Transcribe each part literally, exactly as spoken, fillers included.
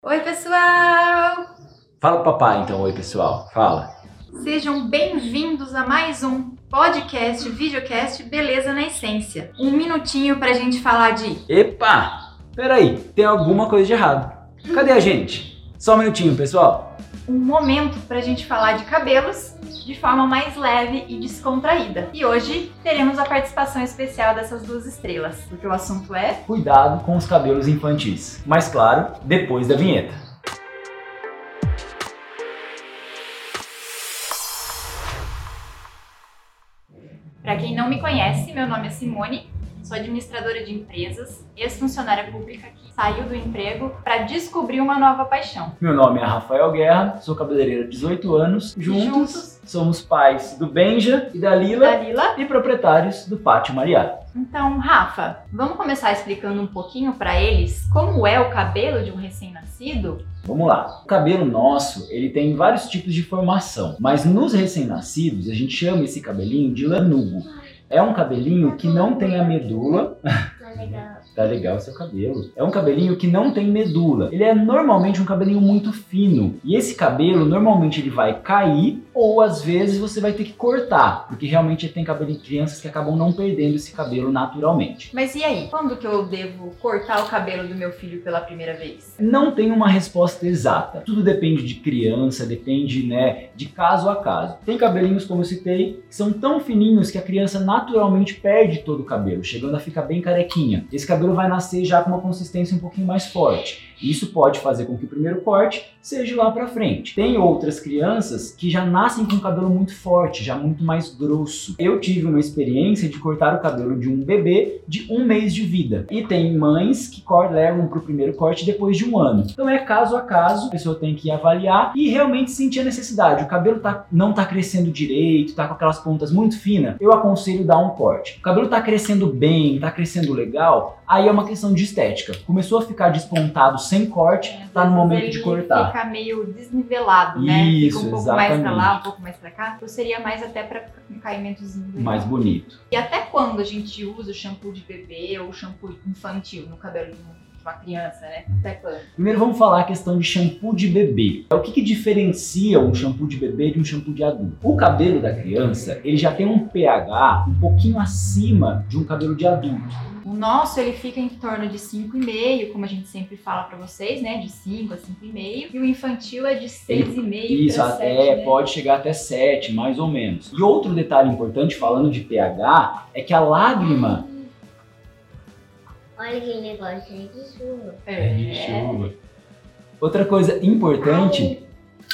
Oi, pessoal! Fala papai, então. Oi, pessoal. Fala. Sejam bem-vindos a mais um podcast, videocast Beleza na Essência. Um minutinho pra gente falar de... Epa! Peraí, tem alguma coisa de errado. Cadê a gente? Só um minutinho, pessoal. Um momento pra gente falar de cabelos de forma mais leve e descontraída. E hoje teremos a participação especial dessas duas estrelas, porque o assunto é... Cuidado com os cabelos infantis. Mas claro, depois da vinheta. Para quem não me conhece, meu nome é Simone, sou administradora de empresas, ex-funcionária pública que saiu do emprego para descobrir uma nova paixão. Meu nome é Rafael Guerra, sou cabeleireiro há dezoito anos. Juntos, Juntos somos pais do Benja e da Lila, Dalila. E proprietários do Pátio Mariá. Então, Rafa, vamos começar explicando um pouquinho para eles como é o cabelo de um recém-nascido? Vamos lá. O cabelo nosso, ele tem vários tipos de formação, mas nos recém-nascidos a gente chama esse cabelinho de lanugo. É um cabelinho que não tem a medula. Tá legal o seu cabelo. É um cabelinho que não tem medula. Ele é normalmente um cabelinho muito fino. E esse cabelo, normalmente ele vai cair ou às vezes você vai ter que cortar. Porque realmente tem cabelo em crianças que acabam não perdendo esse cabelo naturalmente. Mas e aí? Quando que eu devo cortar o cabelo do meu filho pela primeira vez? Não tem uma resposta exata. Tudo depende de criança, depende, né, de caso a caso. Tem cabelinhos, como eu citei, que são tão fininhos que a criança naturalmente perde todo o cabelo, chegando a ficar bem carequinha. Esse cabelo vai nascer já com uma consistência um pouquinho mais forte. Isso pode fazer com que o primeiro corte seja lá pra frente. Tem outras crianças que já nascem com o cabelo muito forte, já muito mais grosso. Eu tive uma experiência de cortar o cabelo de um bebê de um mês de vida. E tem mães que levam pro primeiro corte depois de um ano. Então é caso a caso, a pessoa tem que avaliar e realmente sentir a necessidade. O cabelo tá, não tá crescendo direito, tá com aquelas pontas muito finas, eu aconselho dar um corte. O cabelo tá crescendo bem, tá crescendo legal, aí é uma questão de estética. Começou a ficar despontado sem corte, É, tá no momento ele de cortar. Fica meio desnivelado, né? Isso, fica um pouco exatamente. mais pra lá, um pouco mais pra cá. Então seria mais até pra um caimentozinho. legal. Mais bonito. E até quando a gente usa o shampoo de bebê ou shampoo infantil no cabelo de uma criança, né? Até quando? Primeiro vamos falar a questão de shampoo de bebê. O que, que diferencia um shampoo de bebê de um shampoo de adulto? O cabelo da criança, ele já tem um pH um pouquinho acima de um cabelo de adulto. O nosso, ele fica em torno de cinco vírgula cinco, como a gente sempre fala pra vocês, né? De cinco a cinco vírgula cinco. E o infantil é de seis vírgula cinco Isso, pra até sete, né? pode chegar até sete, mais ou menos. E outro detalhe importante, falando de pH, é que a lágrima... Olha que negócio aí de chuva. É. de chuva. Outra coisa importante...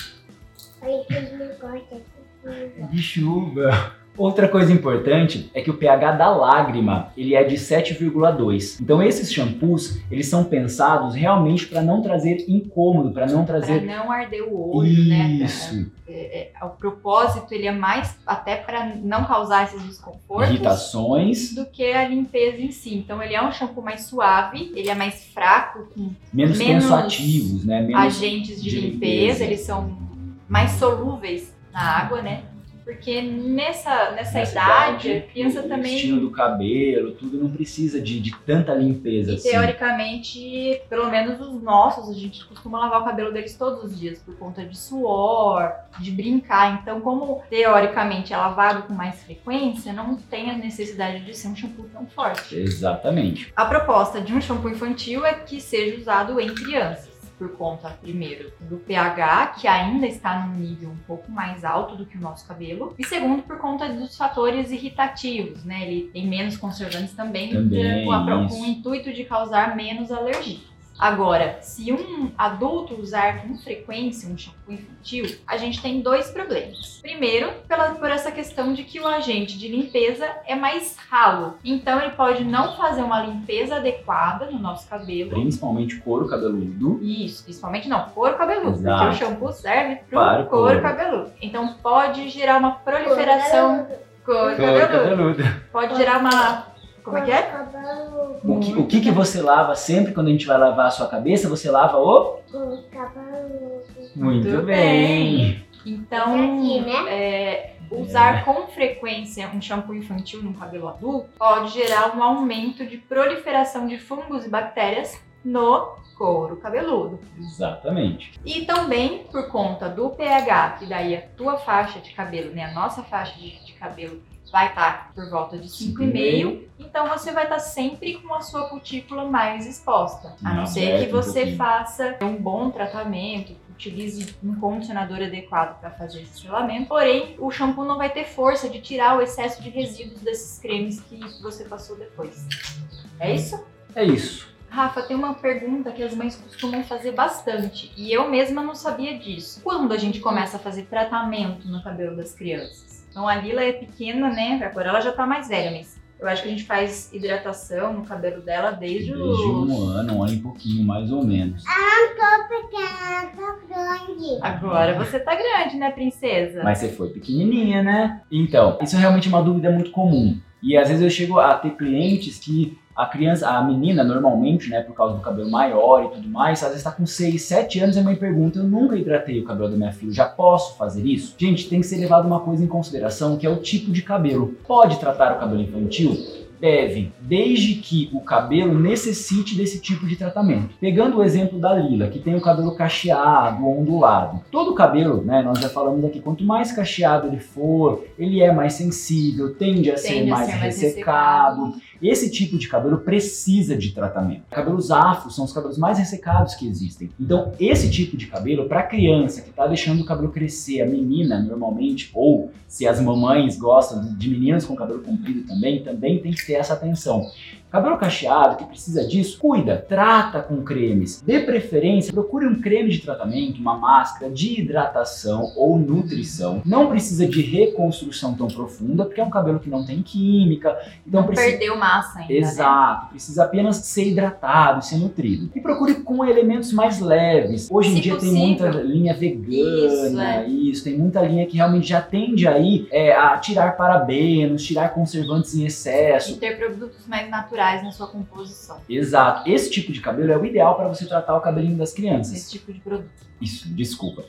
Olha que negócio aí de chuva. De chuva. Outra coisa importante é que o pH da lágrima, ele é de sete vírgula dois. Então esses shampoos, eles são pensados realmente para não trazer incômodo, para não trazer... Pra não arder o olho, né? Isso. É, é, o propósito, ele é mais até para não causar esses desconfortos Irritações. do que a limpeza em si. Então ele é um shampoo mais suave, ele é mais fraco, com Menos, menos tensoativos, né? Menos agentes de, de limpeza, limpeza. eles são mais solúveis na água, né? Porque nessa, nessa, Nessa idade, idade, a criança o também... destino do cabelo, tudo não precisa de, de tanta limpeza E assim. teoricamente, pelo menos os nossos, a gente costuma lavar o cabelo deles todos os dias por conta de suor, de brincar. Então, como teoricamente é lavado com mais frequência, não tem a necessidade de ser um shampoo tão forte. Exatamente. A proposta de um shampoo infantil é que seja usado em crianças. Por conta, primeiro, do pH, que ainda está num nível um pouco mais alto do que o nosso cabelo. E segundo, por conta dos fatores irritativos, né? Ele tem menos conservantes também, Também, com, a- com isso. o intuito de causar menos alergia. Agora, se um adulto usar com frequência um shampoo infantil, a gente tem dois problemas. Primeiro, pela, por essa questão de que o agente de limpeza é mais ralo. Então, ele pode não fazer uma limpeza adequada no nosso cabelo. Principalmente couro cabeludo. Isso, principalmente não, couro cabeludo, Exato. porque o shampoo serve pro Para o couro couro. cabeludo. Então, pode gerar uma proliferação... Couro Couro cabeludo. cabeludo. Pode gerar uma... Como é que é? O que, o que que você lava sempre quando a gente vai lavar a sua cabeça? Você lava o... Com cabelo. Muito, Muito bem. Então, Aqui, né? é, usar com frequência um shampoo infantil no cabelo adulto pode gerar um aumento de proliferação de fungos e bactérias no couro cabeludo. Exatamente. E também por conta do pH, que daí a tua faixa de cabelo, né, a nossa faixa de, de cabelo vai estar por volta de cinco vírgula cinco, então você vai estar sempre com a sua cutícula mais exposta. A não ser que você faça um bom tratamento, utilize um condicionador adequado para fazer esse selamento, porém o shampoo não vai ter força de tirar o excesso de resíduos desses cremes que você passou depois. É isso? É isso. Rafa, tem uma pergunta que as mães costumam fazer bastante e eu mesma não sabia disso. Quando a gente começa a fazer tratamento no cabelo das crianças? Então a Lila é pequena, né? Agora ela já tá mais velha, mas eu acho que a gente faz hidratação no cabelo dela desde, desde os... um ano, um ano e pouquinho, mais ou menos. Ah, tô pequena, tô grande. Agora você tá grande, né, princesa? Mas você foi pequenininha, né? Então, isso é realmente uma dúvida muito comum. E às vezes eu chego a ter clientes que a criança, a menina normalmente, né, por causa do cabelo maior e tudo mais, às vezes tá com seis, sete anos e a mãe pergunta, eu nunca hidratei o cabelo da minha filha, já posso fazer isso? Gente, tem que ser levado uma coisa em consideração, que é o tipo de cabelo. Pode tratar o cabelo infantil? Deve, desde que o cabelo necessite desse tipo de tratamento. Pegando o exemplo da Lila, que tem o cabelo cacheado, ondulado. Todo cabelo, né, nós já falamos aqui, quanto mais cacheado ele for, ele é mais sensível, tende a Tende ser a mais ser mais ressecado. ressecado. Esse tipo de cabelo precisa de tratamento. Cabelos afros são os cabelos mais ressecados que existem. Então, esse tipo de cabelo, para criança que está deixando o cabelo crescer, a menina normalmente, ou se as mamães gostam de meninas com cabelo comprido também, também tem que ter essa atenção. Cabelo cacheado que precisa disso, cuida, trata com cremes. De preferência, procure um creme de tratamento, uma máscara de hidratação ou nutrição. Não precisa de reconstrução tão profunda, porque é um cabelo que não tem química. Então não precisa... perdeu massa ainda, Exato, né? Precisa apenas ser hidratado, ser nutrido. E procure com elementos mais leves. Hoje Se em dia possível. tem muita linha vegana, Isso, é. isso, tem muita linha que realmente já tende aí é, a tirar parabenos, tirar conservantes em excesso. E ter produtos mais naturais na sua composição. Exato. Esse tipo de cabelo é o ideal para você tratar o cabelinho das crianças. Esse tipo de produto. Isso, desculpa.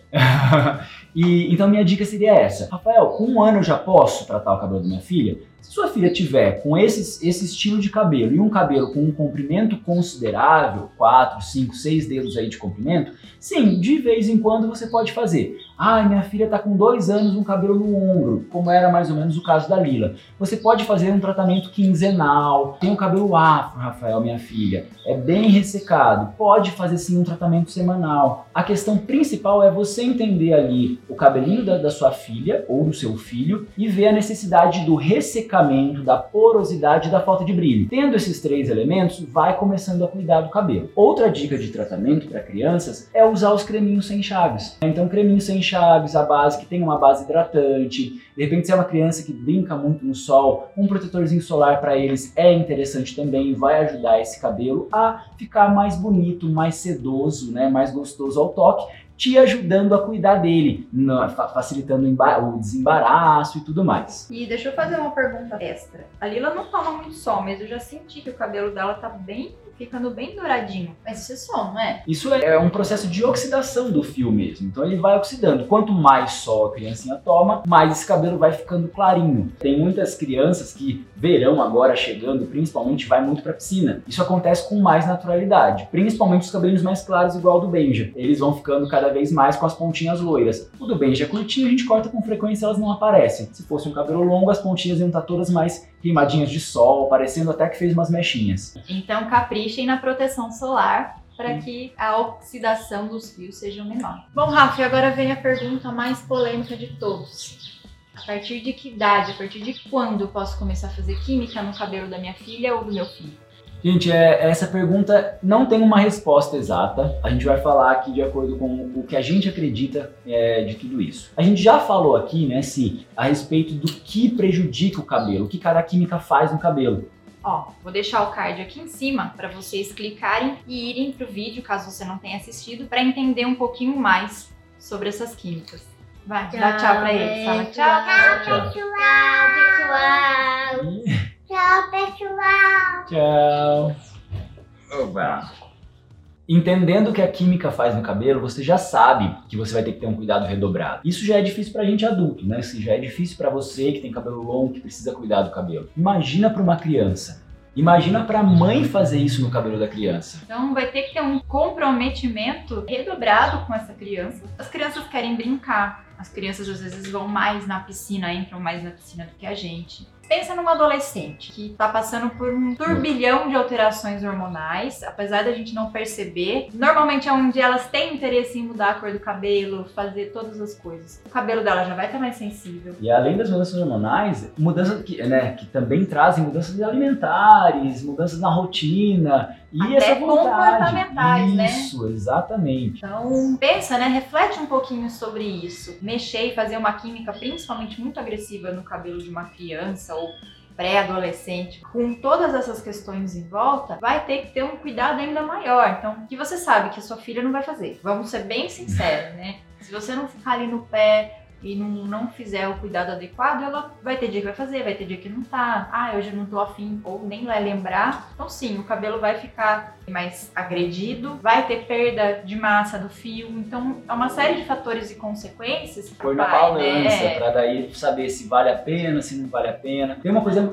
E então minha dica seria essa. Rafael, com um ano eu já posso tratar o cabelo da minha filha? Se sua filha tiver com esses, esse estilo de cabelo e um cabelo com um comprimento considerável, quatro, cinco, seis dedos aí de comprimento, sim, de vez em quando você pode fazer. Ai, minha filha tá com dois anos, um cabelo no ombro, como era mais ou menos o caso da Lila. Você pode fazer um tratamento quinzenal. Tem o cabelo afro, Rafael, minha filha, é bem ressecado. Pode fazer sim um tratamento semanal. A questão principal é você entender ali o cabelinho da, da sua filha ou do seu filho e ver a necessidade do ressecamento, da porosidade e da falta de brilho. Tendo esses três elementos, vai começando a cuidar do cabelo. Outra dica de tratamento para crianças é usar os creminhos sem chaves. Então, creminho sem chaves, a base que tem uma base hidratante. De repente, se é uma criança que brinca muito no sol, um protetorzinho solar para eles é interessante também, vai ajudar esse cabelo a ficar mais bonito, mais sedoso, né, mais gostoso ao toque, te ajudando a cuidar dele, facilitando o desembaraço e tudo mais. E deixa eu fazer uma pergunta extra. A Lila não toma muito sol, mas eu já senti que o cabelo dela tá bem, ficando bem douradinho. Mas isso é sol, não é? Isso é um processo de oxidação do fio mesmo. Então ele vai oxidando. Quanto mais sol a criancinha toma, mais esse cabelo vai ficando clarinho. Tem muitas crianças que verão agora chegando, principalmente, vai muito pra piscina. Isso acontece com mais naturalidade. Principalmente os cabelinhos mais claros, igual o do Benja. Eles vão ficando cada vez mais com as pontinhas loiras. O do Benja é curtinho, a gente corta com frequência, elas não aparecem. Se fosse um cabelo longo, as pontinhas iam estar todas mais queimadinhas de sol, parecendo até que fez umas mechinhas. Então caprichem na proteção solar para que a oxidação dos fios seja menor. Bom, Rafa, e agora vem a pergunta mais polêmica de todos. A partir de que idade, a partir de quando eu posso começar a fazer química no cabelo da minha filha ou do meu filho? Gente, é, essa pergunta não tem uma resposta exata. A gente vai falar aqui de acordo com o que a gente acredita é, de tudo isso. A gente já falou aqui, né, Si, a respeito do que prejudica o cabelo, o que cada química faz no cabelo. Ó, vou deixar o card aqui em cima para vocês clicarem e irem pro vídeo, caso você não tenha assistido, para entender um pouquinho mais sobre essas químicas. Vai, dá tchau pra eles. Fala tchau. Tchau, pessoal. Tchau, pessoal. Tchau. Oba. Entendendo o que a química faz no cabelo, você já sabe que você vai ter que ter um cuidado redobrado. Isso já é difícil pra gente adulto, né? Se já é difícil pra você que tem cabelo longo, que precisa cuidar do cabelo. Imagina pra uma criança. Imagina para a mãe fazer isso no cabelo da criança. Então vai ter que ter um comprometimento redobrado com essa criança. As crianças querem brincar, as crianças às vezes vão mais na piscina, entram mais na piscina do que a gente. Pensa numa adolescente que está passando por um turbilhão de alterações hormonais, apesar da gente não perceber. Normalmente é onde elas têm interesse em mudar a cor do cabelo, fazer todas as coisas. O cabelo dela já vai estar mais sensível. E além das mudanças hormonais, mudanças que, né, que também trazem mudanças alimentares, mudanças na rotina e até essa vontade. comportamentais, né? Isso, exatamente. Então pensa, né? Reflete um pouquinho sobre isso. Mexer e fazer uma química principalmente muito agressiva no cabelo de uma criança ou pré-adolescente, com todas essas questões em volta, vai ter que ter um cuidado ainda maior. Então, que você sabe que a sua filha não vai fazer. Vamos ser bem sinceros, né? Se você não ficar ali no pé e não, não fizer o cuidado adequado, ela vai ter dia que vai fazer, vai ter dia que não tá. Ah, hoje eu não tô afim, ou nem vai lembrar. Então sim, o cabelo vai ficar mais agredido, vai ter perda de massa do fio. Então é uma série de fatores e consequências. Pôr na vai, balança, né? pra daí saber se vale a pena, se não vale a pena. Tem uma coisa...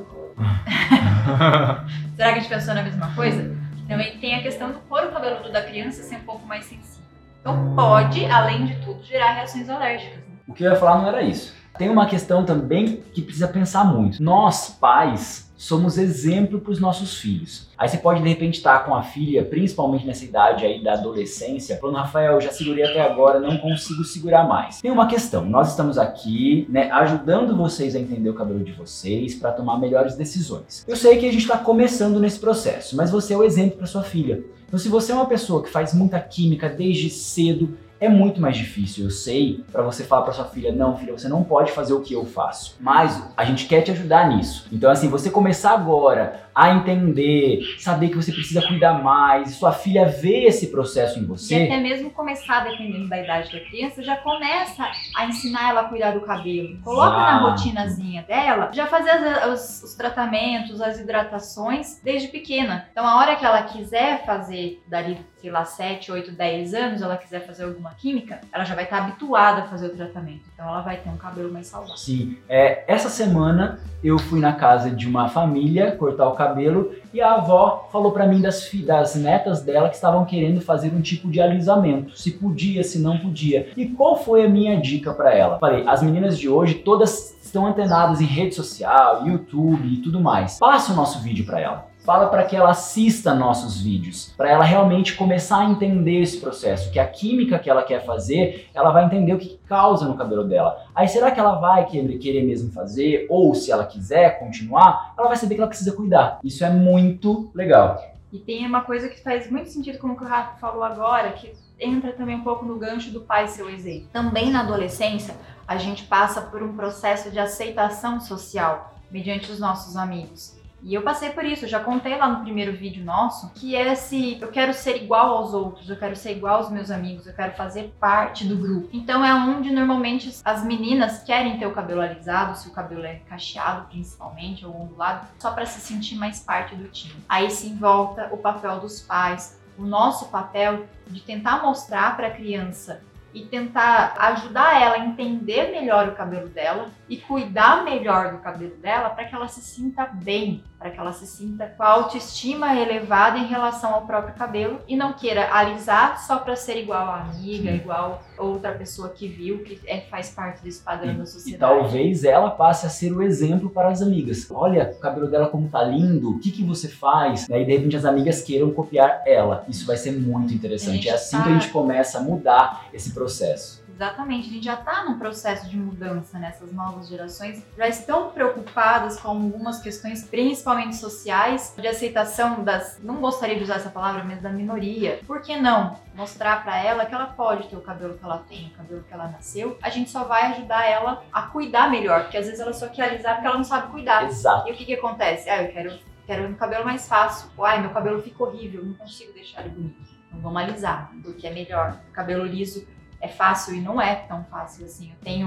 Será que a gente pensou na mesma coisa? Também tem a questão do couro cabeludo da criança ser um pouco mais sensível. Então pode, além de tudo, gerar reações alérgicas. O que eu ia falar não era isso. Tem uma questão também que precisa pensar muito. Nós, pais, somos exemplo para os nossos filhos. Aí você pode, de repente, estar com a filha, principalmente nessa idade aí da adolescência, falando, Rafael, já segurei até agora, não consigo segurar mais. Tem uma questão, nós estamos aqui, né, ajudando vocês a entender o cabelo de vocês para tomar melhores decisões. Eu sei que a gente está começando nesse processo, mas você é o exemplo para sua filha. Então, se você é uma pessoa que faz muita química desde cedo, é muito mais difícil, eu sei, para você falar para sua filha, não, filha, você não pode fazer o que eu faço. Mas a gente quer te ajudar nisso. Então, assim, você começar agora a entender, saber que você precisa cuidar mais, e sua filha vê esse processo em você. E até mesmo começar, dependendo da idade da criança, já começa a ensinar ela a cuidar do cabelo. Coloca Exato. Na rotinazinha dela, já fazer as, os, os tratamentos, as hidratações desde pequena. Então, a hora que ela quiser fazer, dali, sei lá, sete, oito, dez anos, ela quiser fazer alguma química, ela já vai estar habituada a fazer o tratamento. Então, ela vai ter um cabelo mais saudável. Sim. É, essa semana eu fui na casa de uma família cortar o cabelo e a avó falou pra mim das, das netas dela que estavam querendo fazer um tipo de alisamento. Se podia, se não podia. E qual foi a minha dica pra ela? Falei, as meninas de hoje todas estão antenadas em rede social, YouTube e tudo mais. Passa o nosso vídeo pra ela. Fala para que ela assista nossos vídeos, para ela realmente começar a entender esse processo, que a química que ela quer fazer, ela vai entender o que causa no cabelo dela. Aí será que ela vai querer, querer mesmo fazer, ou se ela quiser continuar, ela vai saber que ela precisa cuidar. Isso é muito legal. E tem uma coisa que faz muito sentido, como o Rafa falou agora, que entra também um pouco no gancho do pai ser o exemplo. Também na adolescência, a gente passa por um processo de aceitação social mediante os nossos amigos. E eu passei por isso, eu já contei lá no primeiro vídeo nosso, que é esse, eu quero ser igual aos outros, eu quero ser igual aos meus amigos, eu quero fazer parte do grupo. Então é onde normalmente as meninas querem ter o cabelo alisado, se o cabelo é cacheado principalmente, ou ondulado, só para se sentir mais parte do time. Aí sim volta o papel dos pais, o nosso papel de tentar mostrar para a criança e tentar ajudar ela a entender melhor o cabelo dela e cuidar melhor do cabelo dela para que ela se sinta bem, para que ela se sinta com a autoestima elevada em relação ao próprio cabelo e não queira alisar só para ser igual a amiga, Sim. igual a outra pessoa que viu, que é, faz parte desse padrão E, da e sociedade. talvez ela passe a ser o exemplo para as amigas. Olha o cabelo dela como tá lindo, o que que você faz? E de repente as amigas queiram copiar ela. Isso vai ser muito interessante. É assim tá... que a gente começa a mudar esse processo. Exatamente, a gente já está num processo de mudança, né? Essas novas gerações já estão preocupadas com algumas questões, principalmente sociais, de aceitação das, não gostaria de usar essa palavra, mas da minoria. Por que não mostrar para ela que ela pode ter o cabelo que ela tem, o cabelo que ela nasceu? A gente só vai ajudar ela a cuidar melhor, porque às vezes ela só quer alisar porque ela não sabe cuidar. Exato. E o que que acontece? Ah, eu quero, quero um cabelo mais fácil. Ai, meu cabelo fica horrível, não consigo deixar ele bonito. Então vamos alisar, porque é melhor. O cabelo liso é fácil e não é tão fácil assim. Eu tenho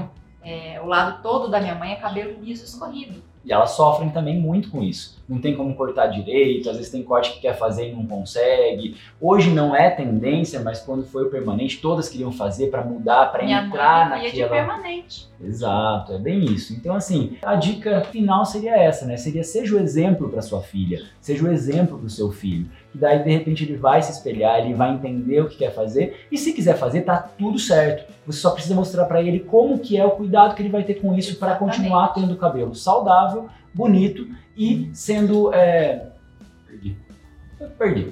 É, o lado todo da minha mãe é cabelo liso escorrido. E elas sofrem também muito com isso. Não tem como cortar direito, às vezes tem corte que quer fazer e não consegue. Hoje não é tendência, mas quando foi o permanente, todas queriam fazer para mudar, para entrar mãe naquela... de permanente. Exato, é bem isso. Então assim, a dica final seria essa, né? Seria seja o exemplo para sua filha, seja o exemplo para o seu filho. Que daí de repente ele vai se espelhar, ele vai entender o que quer fazer. E se quiser fazer, tá tudo certo. Você só precisa mostrar para ele como que é o cuidado que ele vai ter com isso para continuar tendo cabelo saudável, bonito e sendo... É... Perdi. Perdi.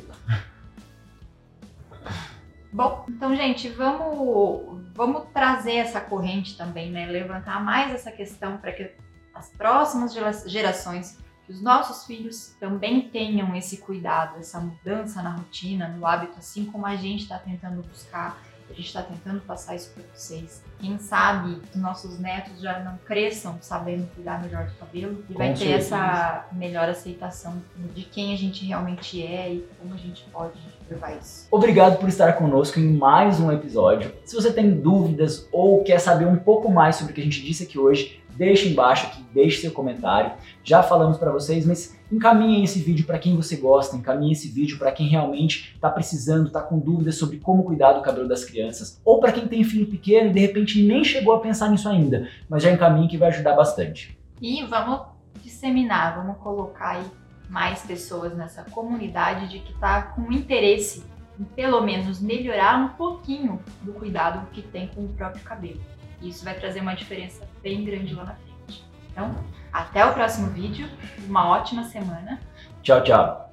Bom, então, gente, vamos, vamos trazer essa corrente também, né? Levantar mais essa questão para que as próximas gerações, que os nossos filhos também tenham esse cuidado, essa mudança na rotina, no hábito, assim como a gente está tentando buscar. A gente está tentando passar isso para vocês. Quem sabe os nossos netos já não cresçam sabendo cuidar melhor do cabelo e vai ter essa melhor aceitação de quem a gente realmente é e como a gente pode levar isso. Obrigado por estar conosco em mais um episódio. Se você tem dúvidas ou quer saber um pouco mais sobre o que a gente disse aqui hoje, deixe embaixo aqui, deixe seu comentário. Já falamos para vocês, mas encaminhem esse vídeo para quem você gosta, encaminhem esse vídeo para quem realmente está precisando, está com dúvidas sobre como cuidar do cabelo das crianças, ou para quem tem filho pequeno e de repente nem chegou a pensar nisso ainda, mas já encaminhe que vai ajudar bastante. E vamos disseminar, vamos colocar aí mais pessoas nessa comunidade de que está com interesse em pelo menos melhorar um pouquinho do cuidado que tem com o próprio cabelo. Isso vai trazer uma diferença bem grande lá na frente. Então, até o próximo vídeo. Uma ótima semana. Tchau, tchau.